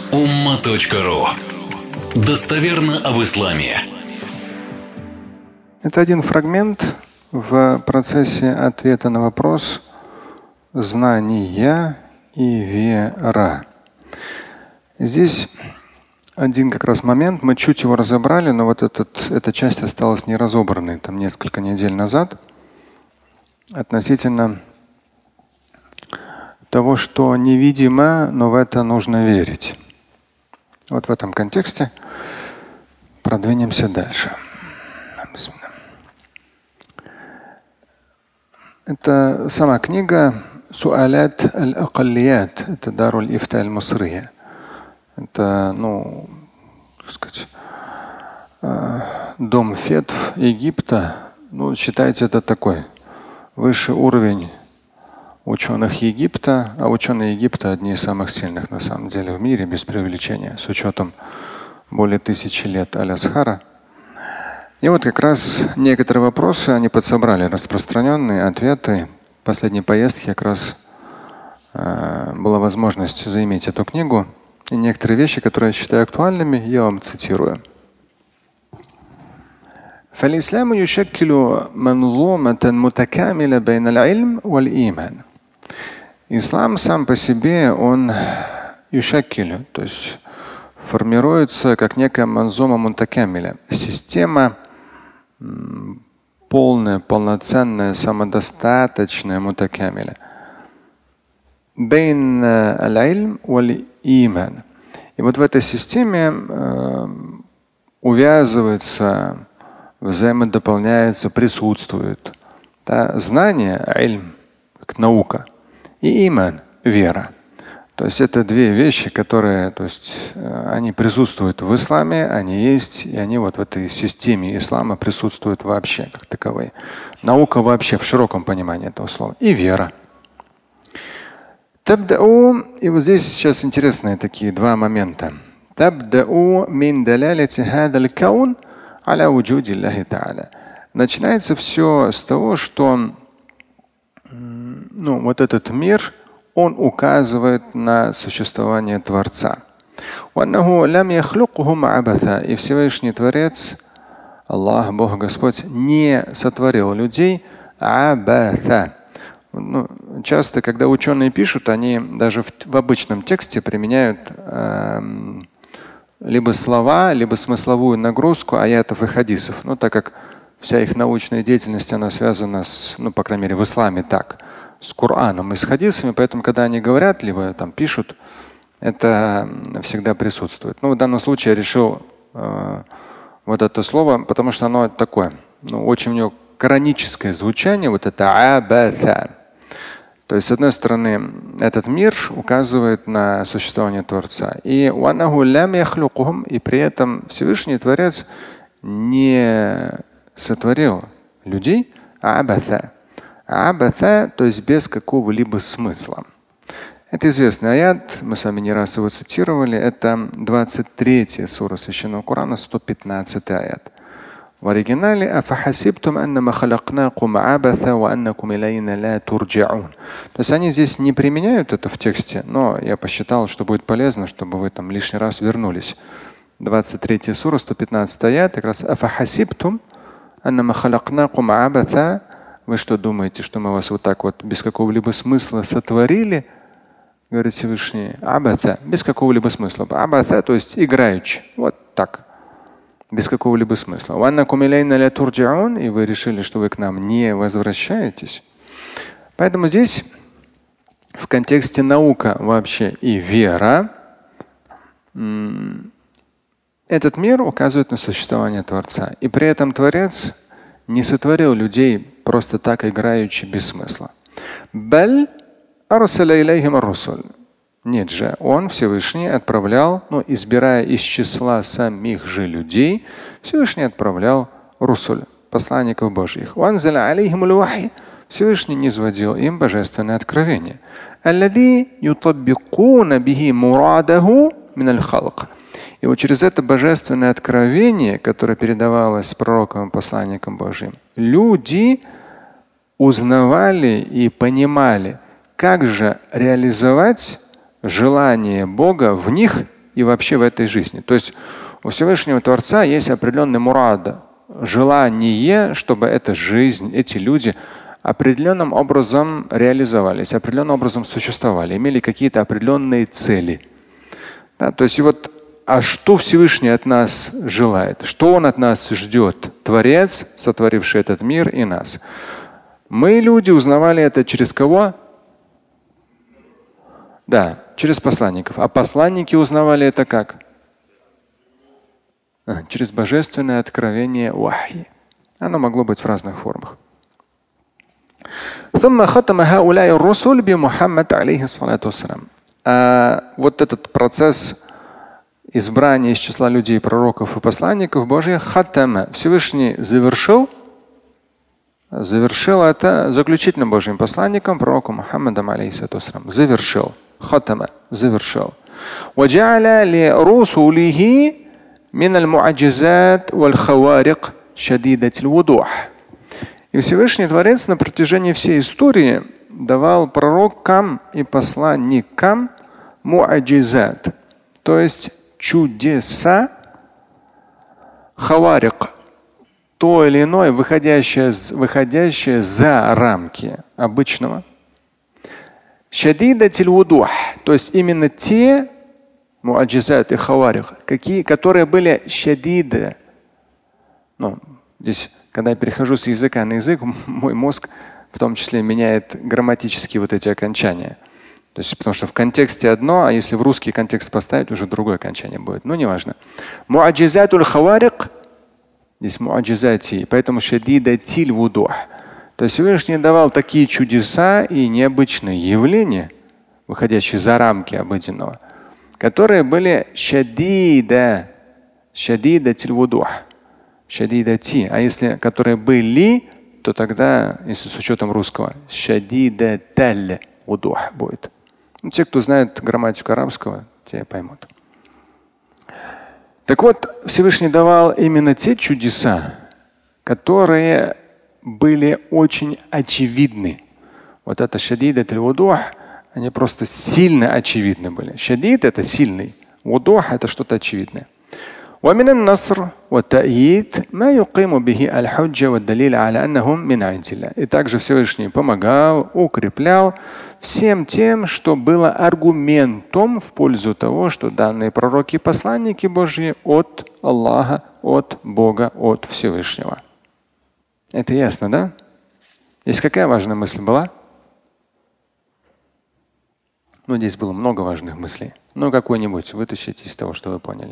umma.ru. Достоверно об исламе. Это один фрагмент в процессе ответа на вопрос знания и вера. Здесь один как раз момент, мы чуть его разобрали, но вот эта часть осталась неразобранной там несколько недель назад относительно того, что невидимо, но в это нужно верить. Вот в этом контексте продвинемся дальше. Это сама книга Суалят аль-Акаллият. Это Даруль Ифта аль-Мусрия. Это, так сказать, дом фетв Египта. Считайте, это такой высший уровень ученых Египта. А ученые Египта одни из самых сильных на самом деле в мире, без преувеличения, с учетом более 1000 лет аль-Азхара. И вот как раз некоторые вопросы они подсобрали, распространенные ответы. В последней поездке как раз была возможность заиметь эту книгу. И некоторые вещи, которые я считаю актуальными, я вам цитирую. فالإسلام يشكل منظومة متكاملة بين العلم والإيمان. Ислам сам по себе, он юшаккилю, то есть формируется как некая манзума мутакамиля, система полная, полноценная, самодостаточная мутакамиля. Бейн аль-илм валь-иман. И вот в этой системе увязывается, взаимодополняется, присутствует знание, ильм, как наука, и иман, вера. То есть это две вещи, которые, они присутствуют в исламе, они есть, и они вот в этой системе ислама присутствуют вообще как таковые. Наука вообще в широком понимании этого слова. И вера. И вот здесь сейчас интересные такие два момента. Начинается все с того, что вот этот мир, он указывает на существование Творца. И Всевышний Творец, Аллах, Бог Господь, не сотворил людей абатha. Часто, когда ученые пишут, они даже в обычном тексте применяют либо слова, либо смысловую нагрузку аятов и хадисов. Так как вся их научная деятельность, она связана с, по крайней мере, в исламе так, с Кораном и с хадисами, поэтому, когда они говорят, либо там пишут, это всегда присутствует. В данном случае я решил вот это слово, потому что оно такое, очень у него кораническое звучание, вот это абатha. То есть, с одной стороны, этот мир указывает на существование Творца. И при этом Всевышний Творец не сотворил людей абатha. Абатha, то есть без какого-либо смысла. Это известный аят, мы с вами не раз его цитировали. Это 23 сура Священного Корана, 115 аят. В оригинале то есть они здесь не применяют это в тексте, но я посчитал, что будет полезно, чтобы вы там лишний раз вернулись. 23 сура, 115 аят, как раз вы что думаете, что мы вас вот так вот без какого-либо смысла сотворили? Говорит Всевышний. Абатha, без какого-либо смысла. Абатha, то есть играючи. Вот так. Без какого-либо смысла. И вы решили, что вы к нам не возвращаетесь. Поэтому здесь в контексте наука вообще и вера этот мир указывает на существование Творца. И при этом Творец не сотворил людей просто так играючи без смысла. Нет же, Он, Всевышний, отправлял, избирая из числа самих же людей, Всевышний отправлял русуль, посланников Божьих. Всевышний низводил им божественное откровение. И вот через это божественное откровение, которое передавалось пророкам и посланникам Божьим, люди узнавали и понимали, как же реализовать желание Бога в них и вообще в этой жизни. То есть у Всевышнего Творца есть определенный мурад, желание, чтобы эта жизнь, эти люди определенным образом реализовались, определенным образом существовали, имели какие-то определенные цели. Да, то есть а что Всевышний от нас желает? Что Он от нас ждет? Творец, сотворивший этот мир и нас. Мы, люди, узнавали это через кого? Да, через посланников. А посланники узнавали это как? Через божественное откровение вахи. Оно могло быть в разных формах. Вот этот процесс избрания из числа людей, пророков и посланников Божьих, хатама, Всевышний завершил это заключительным Божьим посланником, пророком Мухаммадом, алейхиссалату. Завершил. Хатама, завершил. من المعجزات والخوارق شديدة الوضوح. И Всевышний Творец на протяжении всей истории давал пророкам и посланникам муаджизат, то есть чудеса, хаварик, то или иное, выходящее за рамки обычного. Шадидат аль-вудух, то есть именно те муаджизат и хаварик, которые были шадида. Здесь, когда я перехожу с языка на язык, мой мозг в том числе меняет грамматические вот эти окончания. То есть, потому что в контексте одно, а если в русский контекст поставить, уже другое окончание будет. Но неважно. Муаджизатуль хаварик, здесь муаджизати, поэтому шадидатиль вудух. То есть Всевышний давал такие чудеса и необычные явления, выходящие за рамки обыденного, которые были шадидатиль вудух. Шадидати. А если которые были, то тогда, если с учетом русского, шадидаталь вудух будет. Те, кто знает грамматику арабского, те поймут. Так вот, Всевышний давал именно те чудеса, которые были очень очевидны. Вот это шадидат аль-вудух, они просто сильно очевидны были. Шадид – это сильный, вудух – это что-то очевидное. ومن النصر والتأييد ما يقيم به الحجة والدليل على أنهم من عند الله. И также Всевышний помогал, укреплял всем тем, что было аргументом в пользу того, что данные пророки и посланники Божьи от Аллаха, от Бога, от Всевышнего. Это ясно, да? Здесь какая важная мысль была? Здесь было много важных мыслей. Какой-нибудь вытащите из того, что вы поняли.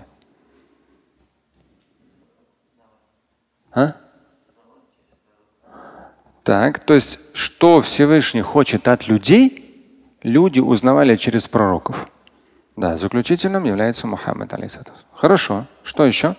Так, то есть, что Всевышний хочет от людей, люди узнавали через пророков. Да, заключительным является Мухаммад, алейхиссалату. Хорошо. Что еще?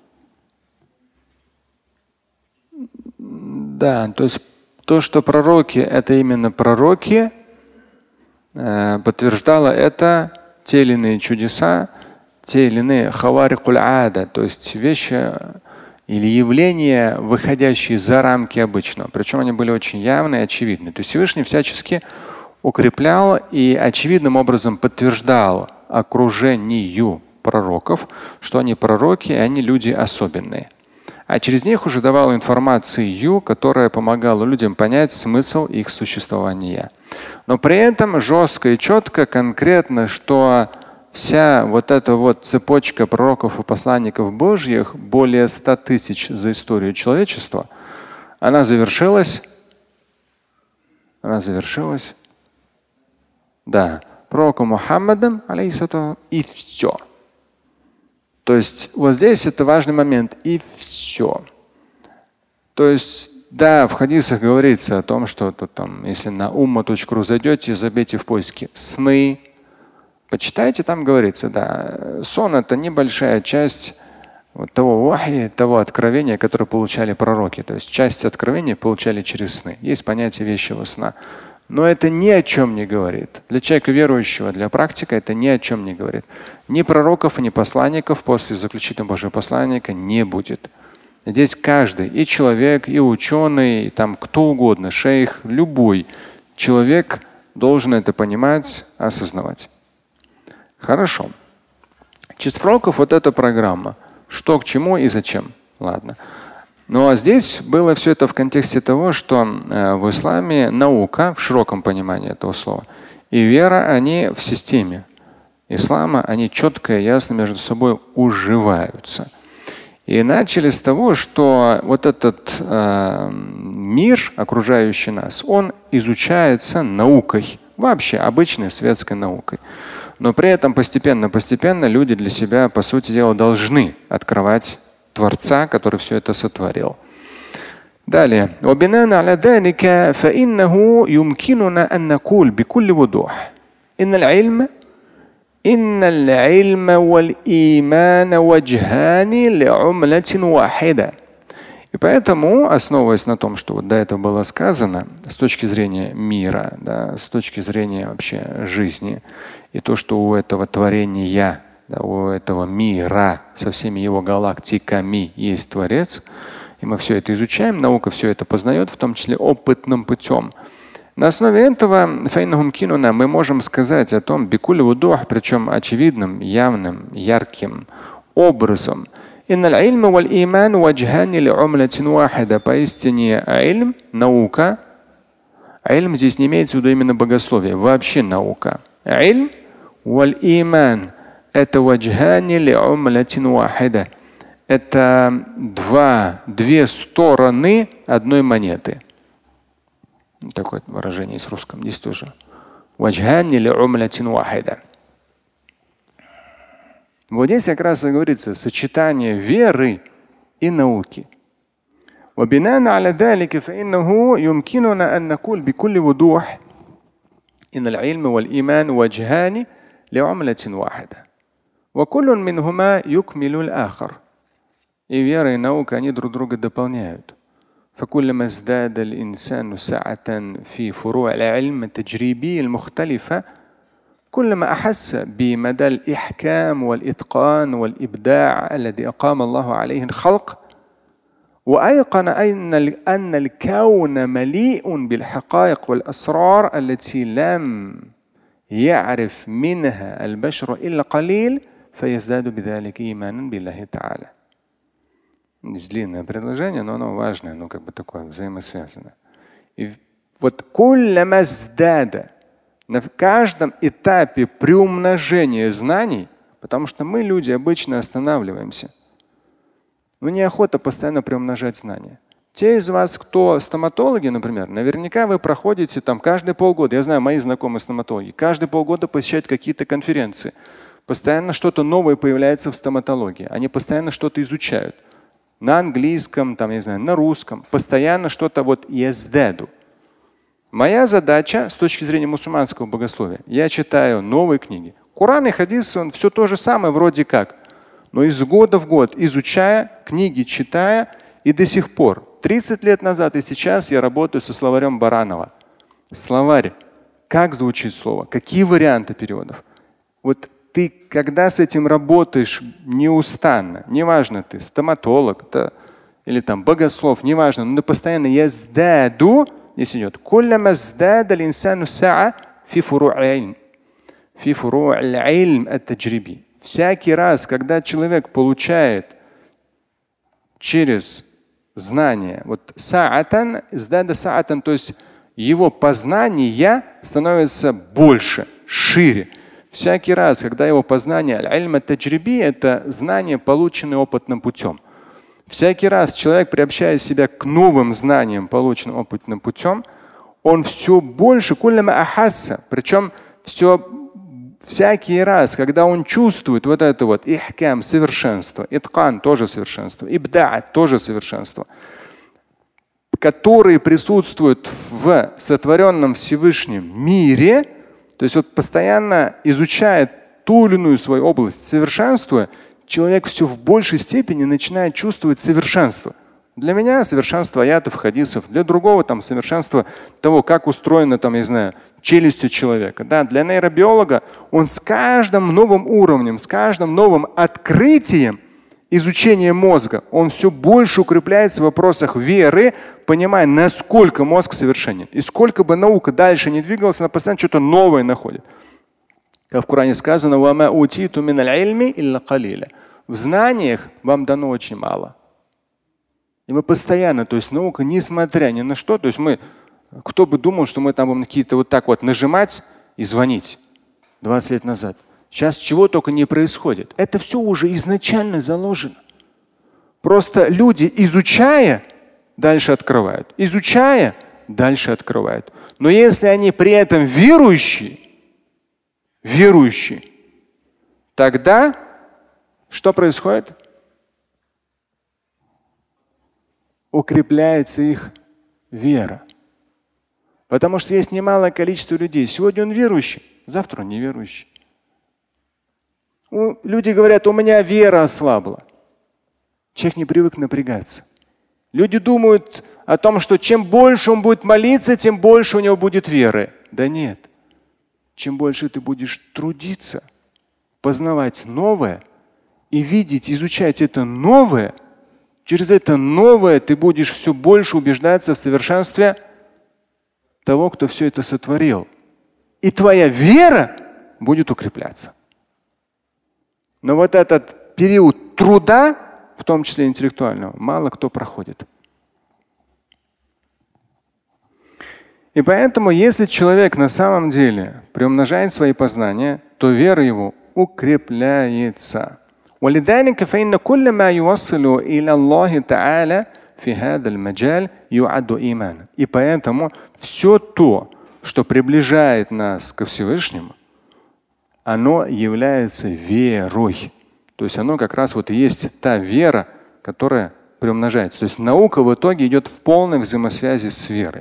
Да, то есть то, что пророки – это именно пророки, подтверждало это те или иные чудеса, те или иные хаварикуль ада, то есть вещи или явления, выходящие за рамки обычного. Причем они были очень явные и очевидны. То есть Всевышний всячески укреплял и очевидным образом подтверждал окружению пророков, что они пророки, и они люди особенные. А через них уже давал информацию, которая помогала людям понять смысл их существования. Но при этом жестко и четко, конкретно, что вся вот эта вот цепочка пророков и посланников Божьих, более 100 тысяч за историю человечества, она завершилась. Да, пророком Мухаммадом, алейхиссалату, и все. То есть вот здесь это важный момент. И все. То есть, да, в хадисах говорится о том, что если на umma.ru зайдете, забейте в поиске сны. Почитайте, там говорится, да, сон – это небольшая часть того вахи, того откровения, которое получали пророки. То есть часть откровения получали через сны. Есть понятие вещего сна. Но это ни о чем не говорит. Для человека верующего, для практика это ни о чем не говорит. Ни пророков, ни посланников после заключительного Божьего посланника не будет. Здесь каждый, и человек, и ученый, и кто угодно, шейх, любой человек должен это понимать, осознавать. Хорошо. Через пророков вот эта программа. Что к чему и зачем. Ладно. Ну а здесь было все это в контексте того, что в исламе наука, в широком понимании этого слова, и вера, они в системе ислама, они четко и ясно между собой уживаются. И начали с того, что вот этот мир, окружающий нас, он изучается наукой, вообще обычной светской наукой. Но при этом постепенно люди для себя, по сути дела, должны открывать Творца, который все это сотворил. Далее. إن العلم والإيمان وجهان لعملة واحدة. И поэтому, основываясь на том, что вот до этого было сказано, с точки зрения мира, да, с точки зрения вообще жизни, и то, что у этого творения, да, у этого мира со всеми его галактиками есть Творец, и мы все это изучаем, наука все это познает, в том числе опытным путем. На основе этого мы можем сказать о том, причем очевидным, явным, ярким образом. Поистине ильм, наука, ильм здесь не имеется в виду именно богословие, вообще наука. Ильм валь иман – это ваджхани ли умлатин вахида. Это две стороны одной монеты. Такое выражение есть в русском. Здесь тоже. Вот здесь как раз и говорится сочетание веры и науки. وبناء على ذلك فإنه يمكننا أن نقول بكل وضوح إن العلم والإيمان وجهان لعملة واحدة وكل منهما يكمل الآخر. И вера и наука, они друг друга дополняют. فكلما ازداد الإنسان سعة في فروع العلم التجريبي المختلفة كلما أحس بمدى الإحكام والإتقان والإبداع الذي أقام الله عليه الخلق وأيقن أن الكون مليء بالحقائق والأسرار التي لم يعرف منها البشر إلا قليل فيزداد بذلك إيمانا بالله تعالى. Длинное предложение, но оно важное, ну как бы такое взаимосвязанное. И вот на каждом этапе приумножения знаний, потому что мы, люди, обычно останавливаемся. Ну неохота постоянно приумножать знания. Те из вас, кто стоматологи, например, наверняка вы проходите там каждые полгода. Я знаю, мои знакомые стоматологи, каждые полгода посещают какие-то конференции. Постоянно что-то новое появляется в стоматологии. Они постоянно что-то изучают. На английском, там, я знаю, на русском. Постоянно что-то вот яздаду. Моя задача с точки зрения мусульманского богословия, я читаю новые книги. Коран и хадис, он все то же самое вроде как. Но из года в год, изучая, книги читая, и до сих пор, 30 лет назад и сейчас я работаю со словарем Баранова. Словарь. Как звучит слово? Какие варианты переводов? Вот ты, когда с этим работаешь неустанно, неважно, ты стоматолог или там богослов, неважно, но ты постоянно яздаду, здесь идет. Всякий раз, когда человек получает через знание, вот саатан, то есть его познание становится больше, шире. Всякий раз, когда его познание это знание, полученное опытным путем. Всякий раз человек, приобщая себя к новым знаниям, полученным опытным путем, он все больше, причем всякий раз, когда он чувствует вот это вот ихкам, совершенство, иткан тоже совершенство, ибда тоже совершенство, которые присутствуют в сотворенном Всевышнем мире, то есть вот постоянно изучая ту или иную свою область, совершенствуя, человек все в большей степени начинает чувствовать совершенство. Для меня совершенство аятов, хадисов, для другого там совершенство того, как устроена там, я знаю, челюсть человека. Да, для нейробиолога он с каждым новым уровнем, с каждым новым открытием изучения мозга, он все больше укрепляется в вопросах веры, понимая, насколько мозг совершенен. И сколько бы наука дальше не двигалась, она постоянно что-то новое находит. Как в Коране сказано: «Вама утиту миналь ильми илля калиля». В знаниях вам дано очень мало. И мы постоянно, то есть наука, несмотря ни на что, то есть мы, кто бы думал, что мы там будем какие-то вот так вот нажимать и звонить 20 лет назад. Сейчас чего только не происходит. Это все уже изначально заложено. Просто люди, изучая, дальше открывают. Изучая, дальше открывают. Но если они при этом верующие, тогда что происходит? Укрепляется их вера. Потому что есть немалое количество людей. Сегодня он верующий, завтра он неверующий. Люди говорят: у меня вера ослабла. Человек не привык напрягаться. Люди думают о том, что чем больше он будет молиться, тем больше у него будет веры. Да нет. Чем больше ты будешь трудиться, познавать новое и видеть, изучать это новое, через это новое ты будешь все больше убеждаться в совершенстве того, кто все это сотворил. И твоя вера будет укрепляться. Но вот этот период труда, в том числе интеллектуального, мало кто проходит. И поэтому, если человек на самом деле приумножает свои познания, то вера его укрепляется. ولذلك فإن كل ما يوصل إلى الله تعالى في هذا المجال يعد إيمانا. И поэтому все то, что приближает нас ко Всевышнему, оно является верой. То есть оно как раз вот и есть та вера, которая приумножается. То есть наука в итоге идет в полной взаимосвязи с верой.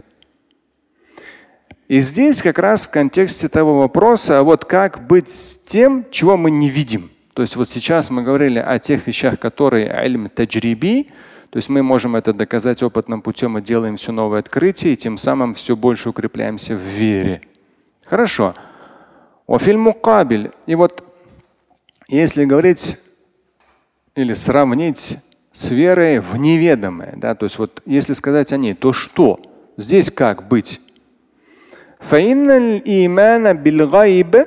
И здесь как раз в контексте того вопроса, а вот как быть с тем, чего мы не видим. То есть вот сейчас мы говорили о тех вещах, которые ильм таджриби, то есть мы можем это доказать опытным путем и делаем все новые открытия, и тем самым все больше укрепляемся в вере. Хорошо. И вот если говорить или сравнить с верой в неведомое, да, то есть вот если сказать о ней, то что? Здесь как быть? فإن الإيمان بالغيب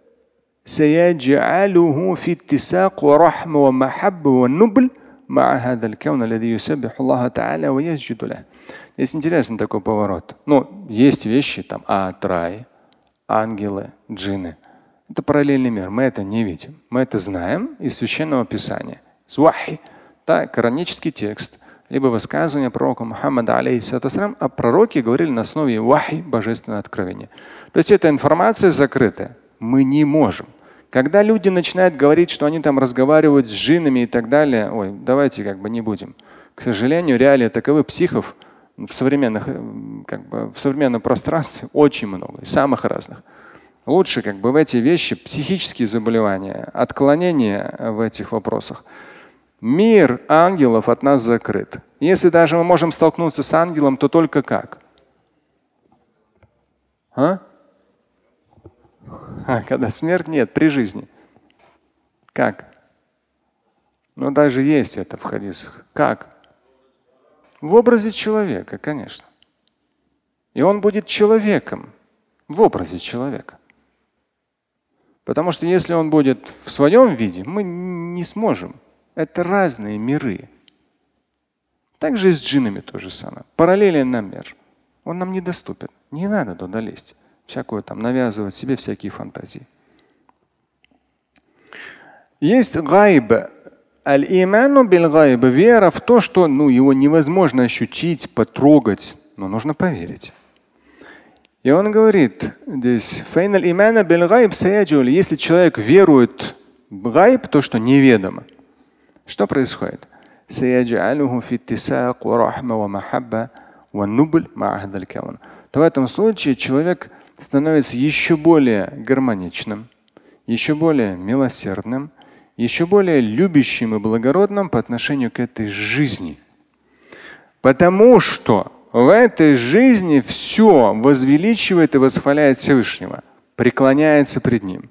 سيجعله في اتساق ورحمة ومحبة والنبل مع هذا الكون الذي يسبح الله تعالى ويسجد له. Есть интересный такой поворот. Ну, есть вещи, там, атрай, ангелы, джинны. Это параллельный мир. Мы это не видим. Мы это знаем из Священного Писания. Свахи, да, коранический текст, либо высказывания пророка Мухаммада, алейхиссалям, а пророки говорили на основе вахи, божественного откровения. То есть эта информация закрытая. Мы не можем. Когда люди начинают говорить, что они там разговаривают с джиннами и так далее, ой, давайте как бы не будем. К сожалению, реалии таковы, психов в современном пространстве очень много, самых разных. Лучше как бы в эти вещи, психические заболевания, отклонения в этих вопросах. Мир ангелов от нас закрыт. Если даже мы можем столкнуться с ангелом, то только как? Когда смерть нет, при жизни. Как? Ну даже есть это в хадисах. Как? В образе человека, конечно. И он будет человеком в образе человека. Потому что если он будет в своем виде, мы не сможем. Это разные миры. Также и с джиннами то же самое. Параллелен мир. Он нам недоступен. Не надо туда лезть. Всякую там навязывать себе всякие фантазии. Есть гайб. Аль-иману биль-гайб. Вера в то, что его невозможно ощутить, потрогать, но нужно поверить. И он говорит здесь: если человек верует в гайб, то, что неведомо, что происходит? То в этом случае человек становится еще более гармоничным, еще более милосердным, еще более любящим и благородным по отношению к этой жизни. Потому что в этой жизни все возвеличивает и восхваляет Всевышнего, преклоняется пред Ним.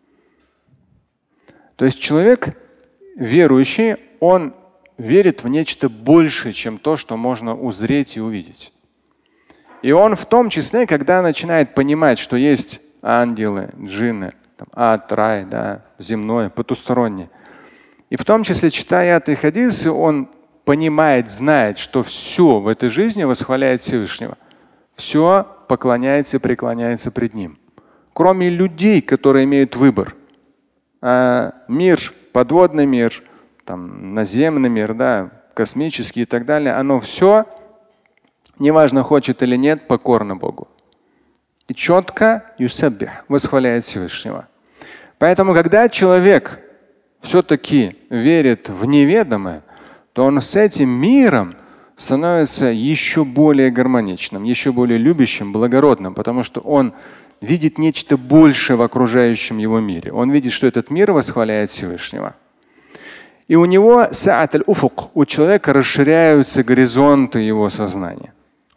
То есть человек верующий, он верит в нечто большее, чем то, что можно узреть и увидеть. И он в том числе, когда начинает понимать, что есть ангелы, джинны, там, ад, рай, да, земное, потустороннее. И в том числе, читая аяты и хадисы, он понимает, знает, что все в этой жизни восхваляет Всевышнего. Все поклоняется и преклоняется пред Ним. Кроме людей, которые имеют выбор. Мир, подводный мир, там, наземный мир, да, космический и так далее, оно все, неважно хочет или нет, покорно Богу. И четко юсаббих, восхваляет Всевышнего. Поэтому, когда человек все-таки верит в неведомое, то он с этим миром становится еще более гармоничным, еще более любящим, благородным, потому что он видит нечто большее в окружающем его мире. Он видит, что этот мир восхваляет Всевышнего. И у него саат аль-уфук, у человека расширяются горизонты его сознания. И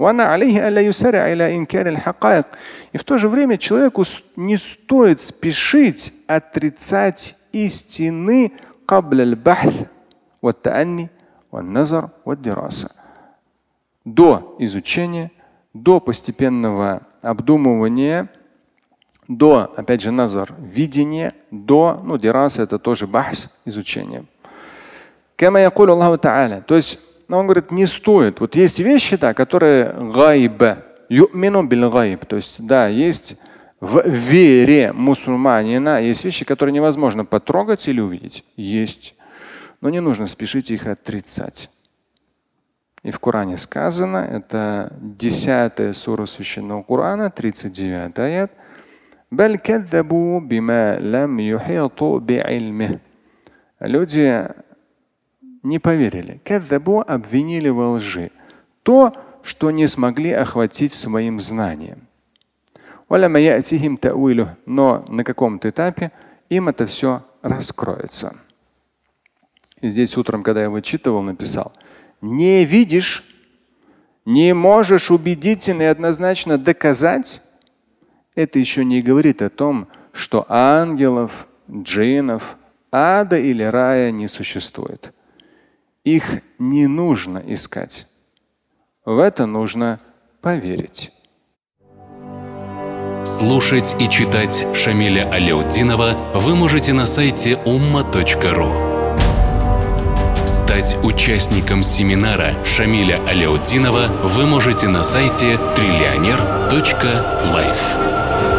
в то же время человеку не стоит спешить отрицать истины до изучения, до постепенного обдумывания, до, опять же, назар, видения, до, дираса это тоже бахс, изучение. То есть, он говорит, не стоит. Вот есть вещи, да, которые гайба, ю'мину бил гайб. То есть, да, есть в вере мусульманина, есть вещи, которые невозможно потрогать или увидеть. Есть. Но не нужно спешить их отрицать. И в Коране сказано, это 10-я сура Священного Корана, 39 аят. Люди не поверили. Кадзабу, обвинили во лжи. То, что не смогли охватить своим знанием. Но на каком-то этапе им это все раскроется. И здесь утром, когда я вычитывал, написал: не видишь, не можешь убедительно и однозначно доказать, это еще не говорит о том, что ангелов, джиннов, ада или рая не существует. Их не нужно искать. В это нужно поверить. Слушать и читать Шамиля Аляутдинова вы можете на сайте umma.ru. Стать участником семинара Шамиля Аляутдинова вы можете на сайте trillioner.life.